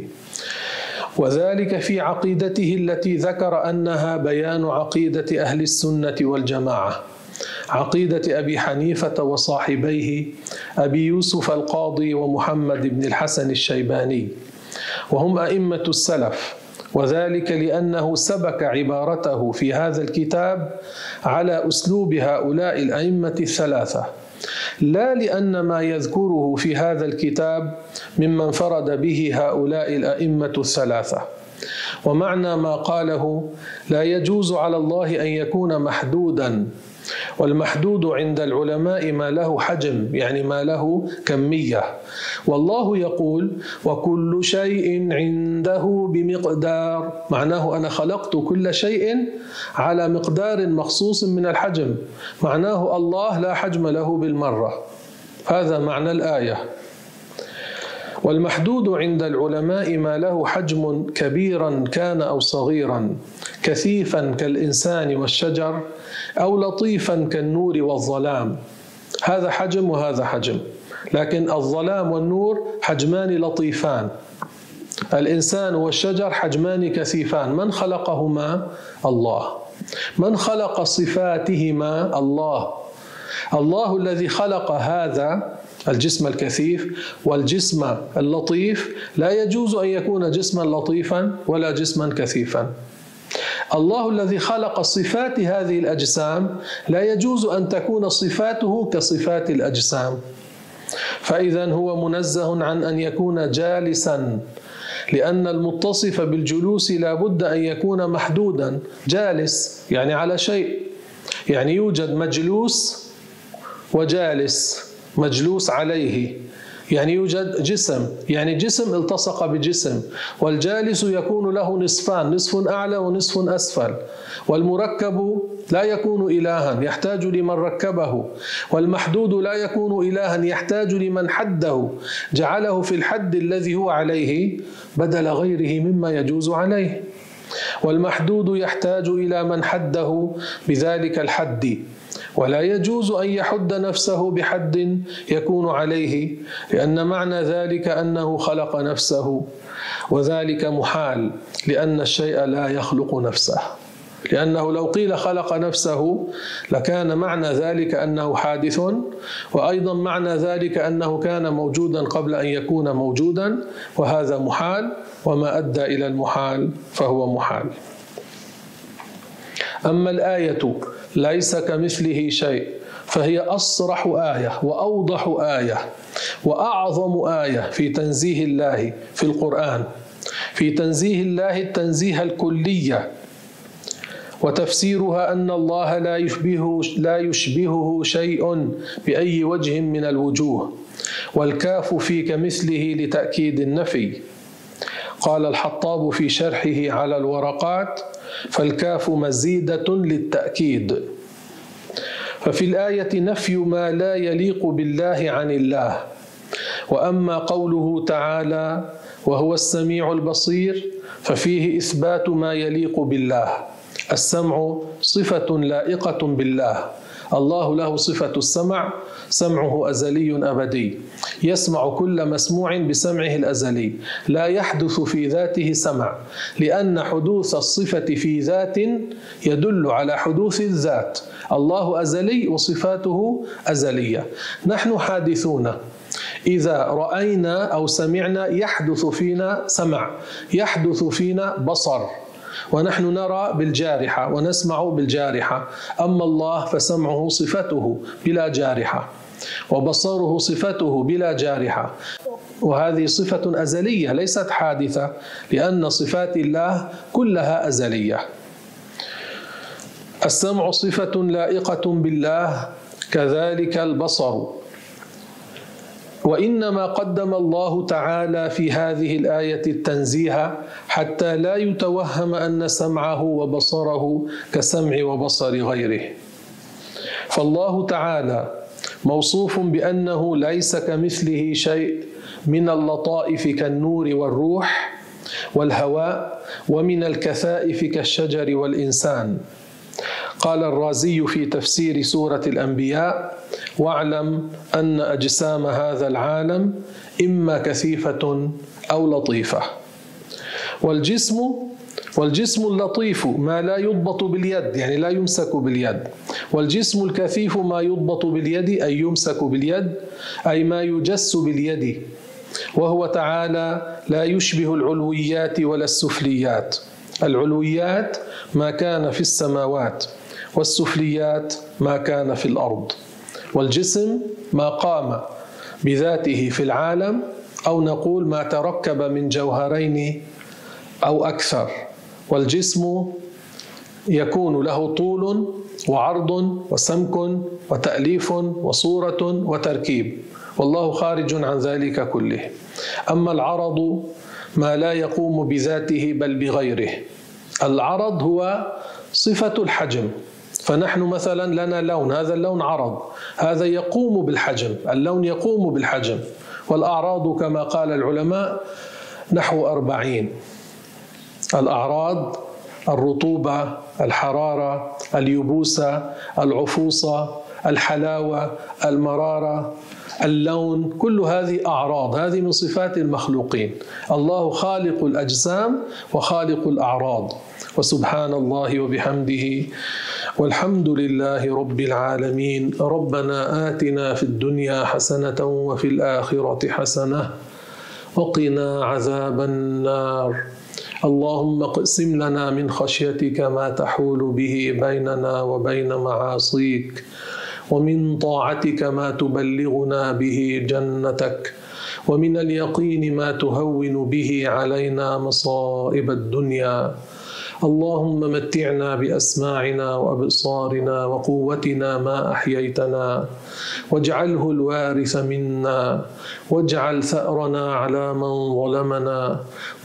وذلك في عقيدته التي ذكر أنها بيان عقيدة أهل السنة والجماعة، عقيدة أبي حنيفة وصاحبيه أبي يوسف القاضي ومحمد بن الحسن الشيباني، وهم أئمة السلف، وذلك لأنه سبك عبارته في هذا الكتاب على أسلوب هؤلاء الأئمة الثلاثة، لا لأن ما يذكره في هذا الكتاب مما انفرد به هؤلاء الأئمة الثلاثة. ومعنى ما قاله: لا يجوز على الله أن يكون محدودا، والمحدود عند العلماء ما له حجم، يعني ما له كمية، والله يقول: وكل شيء عنده بمقدار، معناه أنا خلقت كل شيء على مقدار مخصوص من الحجم، معناه الله لا حجم له بالمرة. هذا معنى الآية. والمحدود عند العلماء ما له حجم كبيرا كان أو صغيرا، كثيفا كالإنسان والشجر، أو لطيفا كالنور والظلام. هذا حجم وهذا حجم، لكن الظلام والنور حجمان لطيفان، الإنسان والشجر حجمان كثيفان. من خلقهما؟ الله. من خلق صفاتهما؟ الله. الله الذي خلق هذا الجسم الكثيف والجسم اللطيف لا يجوز أن يكون جسما لطيفا ولا جسما كثيفا. الله الذي خلق صفات هذه الأجسام لا يجوز أن تكون صفاته كصفات الأجسام، فإذا هو منزه عن أن يكون جالسا، لأن المتصف بالجلوس لا بد أن يكون محدودا. جالس يعني على شيء، يعني يوجد مجلوس وجالس، مجلوس عليه، يعني يوجد جسم، يعني جسم التصق بجسم، والجالس يكون له نصفان، نصف أعلى ونصف أسفل. والمركب لا يكون إلها، يحتاج لمن ركبه، والمحدود لا يكون إلها، يحتاج لمن حده، جعله في الحد الذي هو عليه بدل غيره مما يجوز عليه. والمحدود يحتاج إلى من حده بذلك الحد، ولا يجوز أن يحد نفسه بحد يكون عليه، لأن معنى ذلك أنه خلق نفسه، وذلك محال، لأن الشيء لا يخلق نفسه. لأنه لو قيل خلق نفسه لكان معنى ذلك أنه حادث، وأيضا معنى ذلك أنه كان موجودا قبل أن يكون موجودا، وهذا محال، وما أدى إلى المحال فهو محال. أما الآية ليس كمثله شيء فهي أصرح آية وأوضح آية وأعظم آية في تنزيه الله في القرآن، في تنزيه الله التنزيه الكلية، وتفسيرها أن الله لا يشبهه شيء بأي وجه من الوجوه، والكاف في كمثله لتأكيد النفي. قال الحطاب في شرحه على الورقات: فالكاف مزيدة للتأكيد. ففي الآية نفي ما لا يليق بالله عن الله. وأما قوله تعالى: وهو السميع البصير، ففيه إثبات ما يليق بالله. السمع صفة لائقة بالله، الله له صفة السمع، سمعه أزلي أبدي، يسمع كل مسموع بسمعه الأزلي، لا يحدث في ذاته سمع، لأن حدوث الصفة في ذات يدل على حدوث الذات. الله أزلي وصفاته أزلية، نحن حادثون. إذا رأينا أو سمعنا يحدث فينا سمع، يحدث فينا بصر، ونحن نرى بالجارحة ونسمع بالجارحة. أما الله فسمعه صفته بلا جارحة، وبصره صفته بلا جارحة، وهذه صفة أزلية ليست حادثة، لأن صفات الله كلها أزلية. السمع صفة لائقة بالله، كذلك البصر. وإنما قدم الله تعالى في هذه الآية التنزيه حتى لا يتوهم أن سمعه وبصره كسمع وبصر غيره. فالله تعالى موصوف بأنه ليس كمثله شيء من اللطائف كالنور والروح والهواء، ومن الكثائف كالشجر والإنسان. قال الرازي في تفسير سورة الأنبياء: واعلم أن أجسام هذا العالم إما كثيفة أو لطيفة. والجسم اللطيف ما لا يضبط باليد، يعني لا يمسك باليد. والجسم الكثيف ما يضبط باليد أي يمسك باليد، أي ما يجس باليد. وهو تعالى لا يشبه العلويات ولا السفليات. العلويات ما كان في السماوات، والسفليات ما كان في الأرض. والجسم ما قام بذاته في العالم، أو نقول ما تركب من جوهرين أو أكثر. والجسم يكون له طول وعرض وسمك وتأليف وصورة وتركيب، والله خارج عن ذلك كله. أما العرض ما لا يقوم بذاته بل بغيره. العرض هو صفة الحجم، فنحن مثلا لنا لون، هذا اللون عرض، هذا يقوم بالحجم، اللون يقوم بالحجم. والأعراض كما قال العلماء نحو 40. الأعراض: الرطوبة، الحرارة، اليبوسة، العفوصة، الحلاوة، المرارة، اللون، كل هذه أعراض، هذه من صفات المخلوقين. الله خالق الأجسام وخالق الأعراض. وسبحان الله وبحمده، والحمد لله رب العالمين. ربنا آتنا في الدنيا حسنة وفي الآخرة حسنة وقنا عذاب النار. اللهم اقسم لنا من خشيتك ما تحول به بيننا وبين معاصيك، ومن طاعتك ما تبلغنا به جنتك، ومن اليقين ما تهون به علينا مصائب الدنيا. اللهم متعنا بأسماعنا وأبصارنا وقوتنا ما أحييتنا، واجعله الوارث منا، واجعل ثأرنا على من ظلمنا،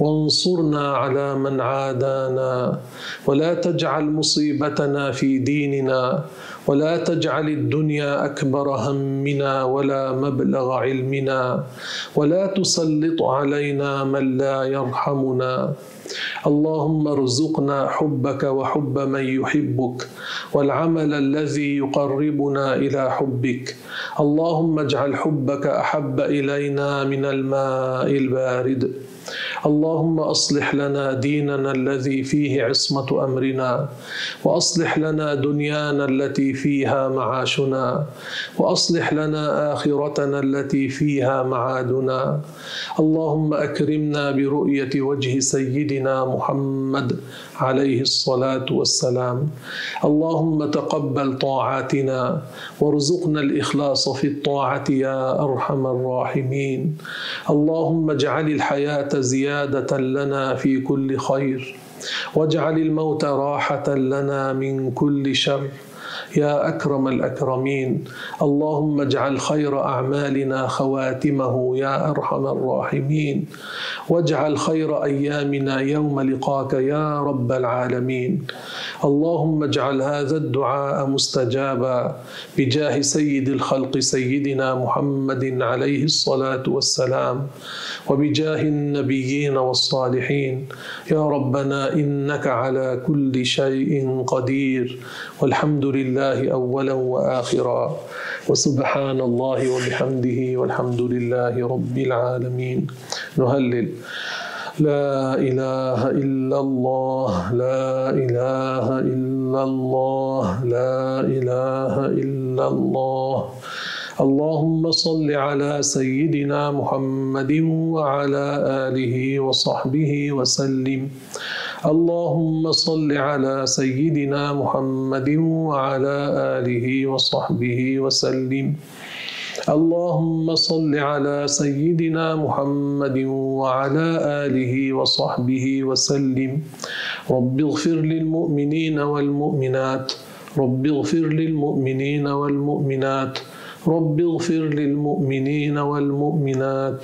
وانصرنا على من عادانا، ولا تجعل مصيبتنا في ديننا، ولا تجعل الدنيا أكبر همنا ولا مبلغ علمنا، ولا تسلط علينا من لا يرحمنا. اللهم ارزقنا حبك وحب من يحبك، والعمل الذي يقربنا إلى حبك. اللهم اجعل حبك أحب إلينا من الماء البارد. اللهم أصلح لنا ديننا الذي فيه عصمة أمرنا، وأصلح لنا دنيانا التي فيها معاشنا، وأصلح لنا آخرتنا التي فيها معادنا. اللهم أكرمنا برؤية وجه سيدنا محمد عليه الصلاة والسلام. اللهم تقبل طاعاتنا، وارزقنا الإخلاص في الطاعة يا أرحم الراحمين. اللهم اجعل الحياة زيادة لنا في كل خير، واجعل الموت راحة لنا من كل شر يا أكرم الأكرمين. اللهم اجعل خير أعمالنا خواتمه يا أرحم الراحمين، واجعل خير أيامنا يوم لقاك يا رب العالمين. اللهم اجعل هذا الدعاء مستجابا بجاه سيد الخلق سيدنا محمد عليه الصلاة والسلام، وبجاه النبيين والصالحين. يا ربنا إنك على كل شيء قدير، والحمد لله أولا وآخرا، وسبحان الله وبحمده، والحمد لله رب العالمين. نهلل: لا إله إلا الله، لا إله إلا الله، لا إله إلا الله. اللهم صل على سيدنا محمد وعلى آله وصحبه وسلم. اللهم صل على سيدنا محمد وعلى آله وصحبه وسلم. اللهم صل على سيدنا محمد وعلى آله وصحبه وسلم. رب اغفر للمؤمنين والمؤمنات. رب اغفر للمؤمنين والمؤمنات. رب اغفر للمؤمنين والمؤمنات.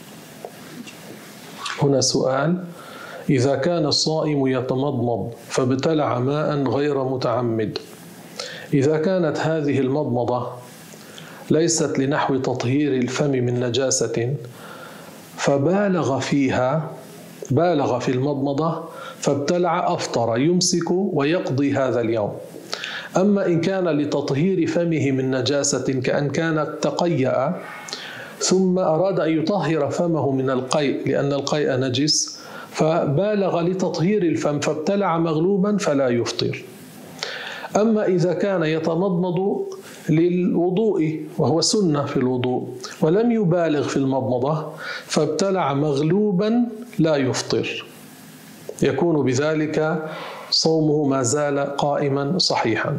هنا سؤال: إذا كان الصائم يتمضمض فابتلع ماء غير متعمد، إذا كانت هذه المضمضة ليست لنحو تطهير الفم من نجاسة فبالغ فيها، بالغ في المضمضة فابتلع، أفطر، يمسك ويقضي هذا اليوم. أما إن كان لتطهير فمه من نجاسة كأن كان تقيأ ثم أراد أن يطهر فمه من القيء لأن القيء نجس فبالغ لتطهير الفم فابتلع مغلوبا فلا يفطر. أما إذا كان يتمضمض للوضوء وهو سنة في الوضوء ولم يبالغ في المضمضة فابتلع مغلوبا لا يفطر، يكون بذلك صومه ما زال قائما صحيحا.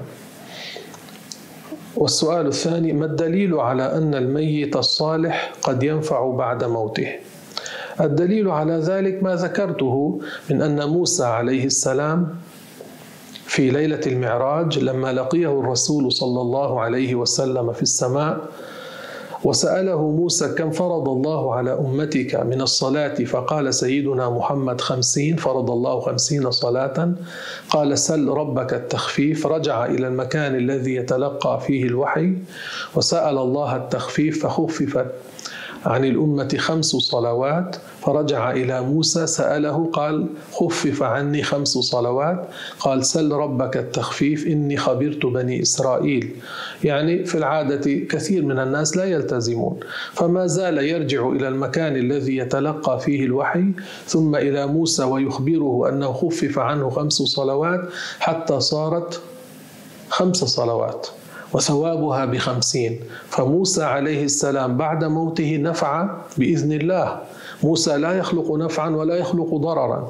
والسؤال الثاني: ما الدليل على أن الميت الصالح قد ينفع بعد موته؟ الدليل على ذلك ما ذكرته من أن موسى عليه السلام في ليلة المعراج لما لقيه الرسول صلى الله عليه وسلم في السماء وسأله موسى: كم فرض الله على أمتك من الصلاة؟ فقال سيدنا محمد: 50. فرض الله 50 صلاة. قال: سل ربك التخفيف. رجع إلى المكان الذي يتلقى فيه الوحي وسأل الله التخفيف فخففت عن الأمة 5 صلوات. فرجع إلى موسى سأله قال: خفف عني 5 صلوات. قال: سل ربك التخفيف إني خبرت بني إسرائيل. يعني في العادة كثير من الناس لا يلتزمون، فما زال يرجع إلى المكان الذي يتلقى فيه الوحي ثم إلى موسى ويخبره أنه خفف عنه 5 صلوات حتى صارت 5 صلوات وثوابها ب50. فموسى عليه السلام بعد موته نفع بإذن الله. موسى لا يخلق نفعا ولا يخلق ضررا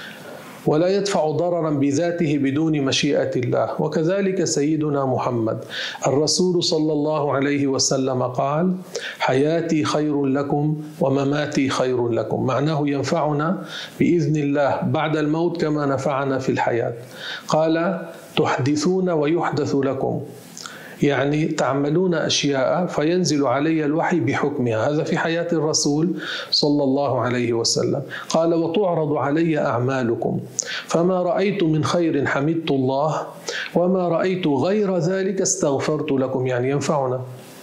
ولا يدفع ضررا بذاته بدون مشيئة الله. وكذلك سيدنا محمد الرسول صلى الله عليه وسلم قال: حياتي خير لكم ومماتي خير لكم، معناه ينفعنا بإذن الله بعد الموت كما نفعنا في الحياة. قال: تحدثون ويحدث لكم، يعني تعملون أشياء فينزل علي الوحي بحكمها، هذا في حياة الرسول صلى الله عليه وسلم. قال: وتعرض علي أعمالكم فما رأيت من خير حمدت الله وما رأيت غير ذلك استغفرت لكم، يعني ينفعنا.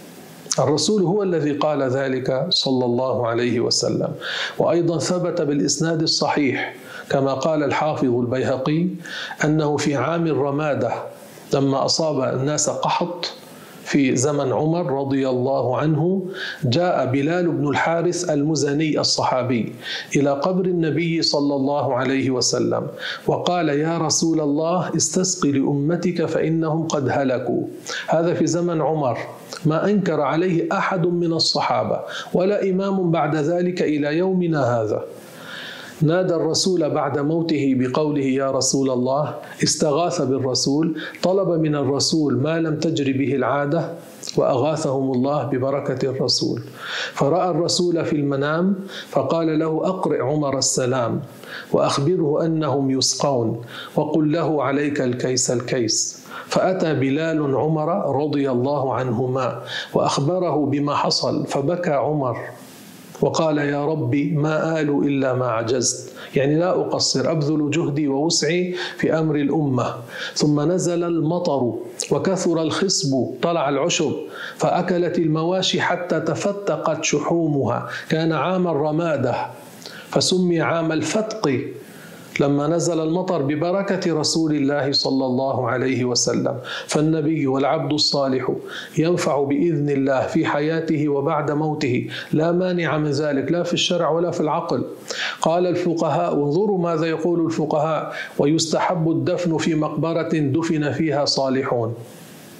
الرسول هو الذي قال ذلك صلى الله عليه وسلم. وأيضا ثبت بالإسناد الصحيح كما قال الحافظ البيهقي أنه في عام الرمادة لما أصاب الناس قحط في زمن عمر رضي الله عنه، جاء بلال بن الحارث المزني الصحابي إلى قبر النبي صلى الله عليه وسلم وقال: يا رسول الله استسقي لأمتك فإنهم قد هلكوا. هذا في زمن عمر، ما أنكر عليه أحد من الصحابة ولا إمام بعد ذلك إلى يومنا هذا. نادى الرسول بعد موته بقوله: يا رسول الله، استغاث بالرسول، طلب من الرسول ما لم تجر به العادة وأغاثهم الله ببركة الرسول. فرأى الرسول في المنام فقال له: أقرئ عمر السلام وأخبره أنهم يسقون وقل له عليك الكيس الكيس. فأتى بلال عمر رضي الله عنهما وأخبره بما حصل، فبكى عمر وقال: يا ربي ما آل إلا ما عجزت، يعني لا أقصر، أبذل جهدي ووسعي في أمر الأمة. ثم نزل المطر وكثر الخصب، طلع العشب فأكلت المواشي حتى تفتقت شحومها، كان عام الرمادة فسمي عام الفتق لما نزل المطر ببركة رسول الله صلى الله عليه وسلم. فالنبي والعبد الصالح ينفع بإذن الله في حياته وبعد موته، لا مانع من ذلك لا في الشرع ولا في العقل. قال الفقهاء، انظروا ماذا يقول الفقهاء: ويستحب الدفن في مقبرة دفن فيها صالحون.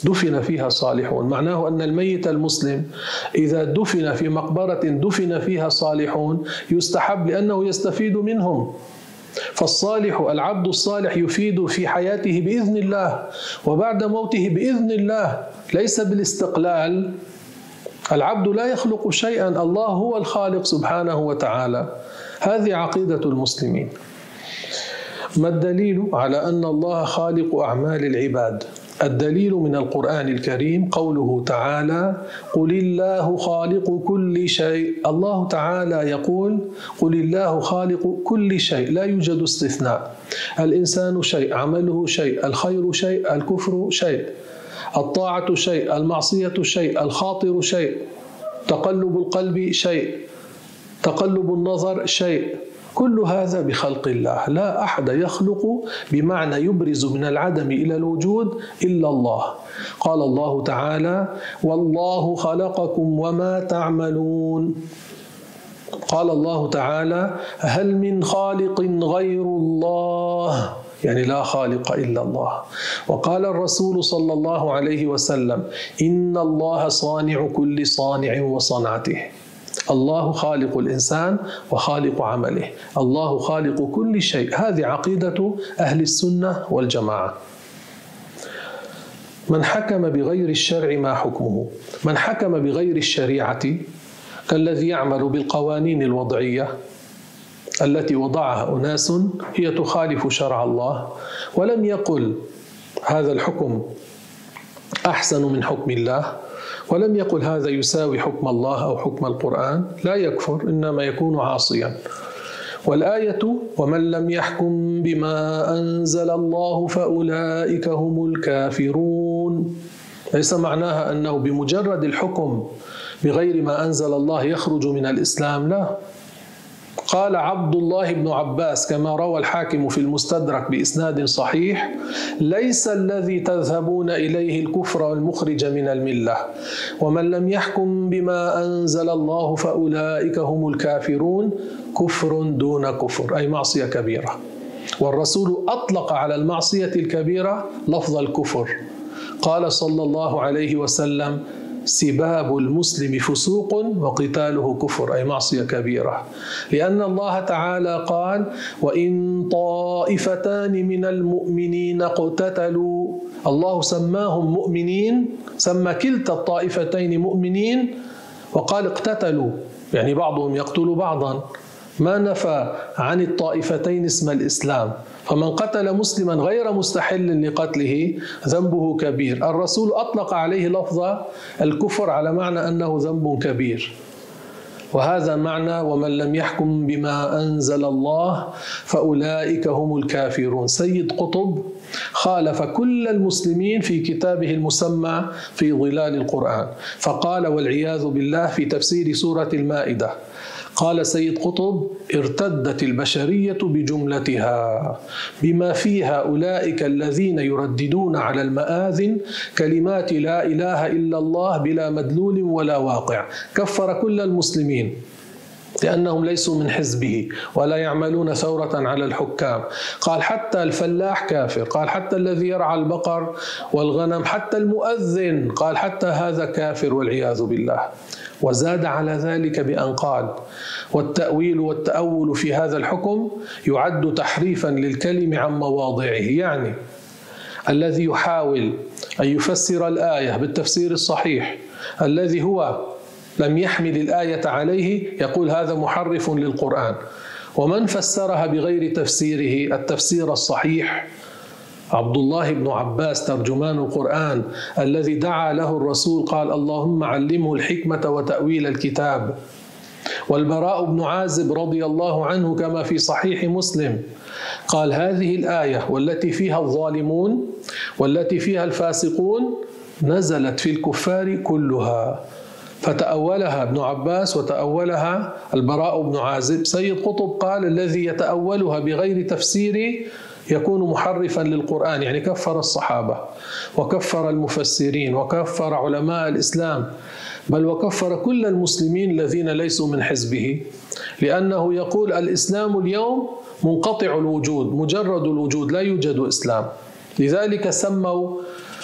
دفن فيها صالحون. معناه أن الميت المسلم إذا دفن في مقبرة دفن فيها صالحون يستحب لأنه يستفيد منهم. فالصالح العبد الصالح يفيد في حياته بإذن الله وبعد موته بإذن الله، ليس بالاستقلال. العبد لا يخلق شيئا، الله هو الخالق سبحانه وتعالى. هذه عقيدة المسلمين. ما الدليل على أن الله خالق أعمال العباد؟ الدليل من القرآن الكريم قوله تعالى: قل الله خالق كل شيء. الله تعالى يقول: قل الله خالق كل شيء، لا يوجد استثناء. الإنسان شيء، عمله شيء، الخير شيء، الكفر شيء، الطاعة شيء، المعصية شيء، الخاطر شيء، تقلب القلب شيء، تقلب النظر شيء. كل هذا بخلق الله. لا أحد يخلق بمعنى يبرز من العدم إلى الوجود إلا الله. قال الله تعالى: والله خلقكم وما تعملون. قال الله تعالى: هل من خالق غير الله؟ يعني لا خالق إلا الله. وقال الرسول صلى الله عليه وسلم: إن الله صانع كل صانع وصنعته. الله خالق الإنسان وخالق عمله، الله خالق كل شيء. هذه عقيدة أهل السنة والجماعة. من حكم بغير الشرع ما حكمه؟ من حكم بغير الشريعة كالذي يعمل بالقوانين الوضعية التي وضعها أناس هي تخالف شرع الله، ولم يقل هذا الحكم أحسن من حكم الله، ولم يقل هذا يساوي حكم الله أو حكم القرآن، لا يكفر، إنما يكون عاصيا. والآية: ومن لم يحكم بما أنزل الله فأولئك هم الكافرون، ليس معناها أنه بمجرد الحكم بغير ما أنزل الله يخرج من الإسلام، لا. قال عبد الله بن عباس كما روى الحاكم في المستدرك بإسناد صحيح: ليس الذي تذهبون إليه الكفر والمخرج من الملة، ومن لم يحكم بما أنزل الله فأولئك هم الكافرون، كفر دون كفر، أي معصية كبيرة. والرسول أطلق على المعصية الكبيرة لفظ الكفر. قال صلى الله عليه وسلم: سباب المسلم فسوق وقتاله كفر، أي معصية كبيرة. لأن الله تعالى قال: وإن طائفتان من المؤمنين اقتتلوا. الله سماهم مؤمنين، سمى كلتا الطائفتين مؤمنين، وقال اقتتلوا، يعني بعضهم يقتل بعضا. ما نفى عن الطائفتين اسم الإسلام. فمن قتل مسلما غير مستحل لقتله ذنبه كبير. الرسول أطلق عليه لفظ الكفر على معنى أنه ذنب كبير، وهذا معنى ومن لم يحكم بما أنزل الله فأولئك هم الكافرون. سيد قطب خالف كل المسلمين في كتابه المسمى في ظلال القرآن، فقال والعياذ بالله في تفسير سورة المائدة، قال سيد قطب: ارتدت البشرية بجملتها بما فيها أولئك الذين يرددون على المآذن كلمات لا إله إلا الله بلا مدلول ولا واقع. كفر كل المسلمين لأنهم ليسوا من حزبه ولا يعملون ثورة على الحكام. قال حتى الفلاح كافر، قال حتى الذي يرعى البقر والغنم، حتى المؤذن، قال حتى هذا كافر والعياذ بالله. وزاد على ذلك بأن قال: والتأويل والتأول في هذا الحكم يعد تحريفا للكلم عن مواضعه. يعني الذي يحاول أن يفسر الآية بالتفسير الصحيح الذي هو لم يحمل الآية عليه يقول هذا محرف للقرآن. ومن فسرها بغير تفسيره التفسير الصحيح عبد الله بن عباس ترجمان القرآن الذي دعا له الرسول، قال: اللهم علمه الحكمة وتأويل الكتاب. والبراء بن عازب رضي الله عنه كما في صحيح مسلم قال: هذه الآية والتي فيها الظالمون والتي فيها الفاسقون نزلت في الكفار كلها. فتأولها ابن عباس وتأولها البراء بن عازب. سيد قطب قال: الذي يتأولها بغير تفسير يكون محرفا للقرآن، يعني كفر الصحابة وكفر المفسرين وكفر علماء الإسلام، بل وكفر كل المسلمين الذين ليسوا من حزبه، لأنه يقول الإسلام اليوم منقطع الوجود، مجرد الوجود، لا يوجد إسلام. لذلك سموا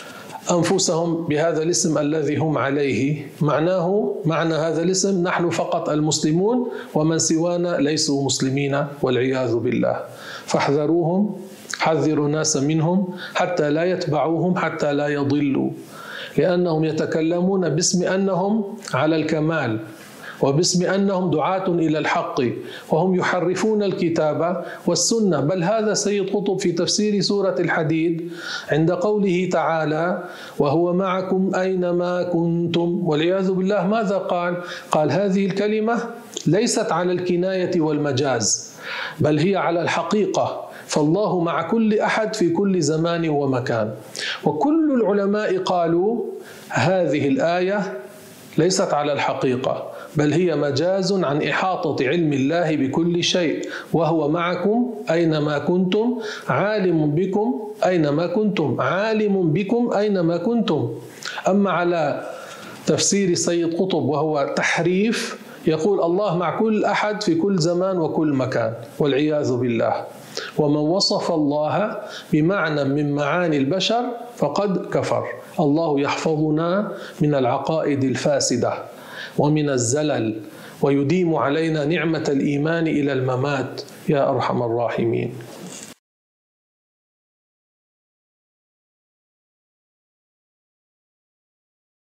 أنفسهم بهذا الاسم الذي هم عليه. معنى هذا الاسم نحن فقط المسلمون، ومن سوانا ليسوا مسلمين والعياذ بالله. فاحذروهم، حذروا الناس منهم حتى لا يتبعوهم، حتى لا يضلوا، لأنهم يتكلمون باسم أنهم على الكمال، وباسم أنهم دعاة إلى الحق، وهم يحرفون الكتاب والسنة. بل هذا سيد قطب في تفسير سورة الحديد عند قوله تعالى: وهو معكم أينما كنتم، والعياذ بالله ماذا قال؟ قال هذه الكلمة ليست على الكناية والمجاز، بل هي على الحقيقة، فالله مع كل أحد في كل زمان ومكان. وكل العلماء قالوا هذه الآية ليست على الحقيقة، بل هي مجاز عن إحاطة علم الله بكل شيء، وهو معكم أينما كنتم، عالم بكم أينما كنتم، عالم بكم أينما كنتم. أما على تفسير سيد قطب وهو تحريف، يقول الله مع كل أحد في كل زمان وكل مكان، والعياذ بالله. ومن وصف الله بمعنى من معاني البشر فقد كفر. الله يحفظنا من العقائد الفاسدة ومن الزلل، ويديم علينا نعمة الإيمان إلى الممات يا أرحم الراحمين.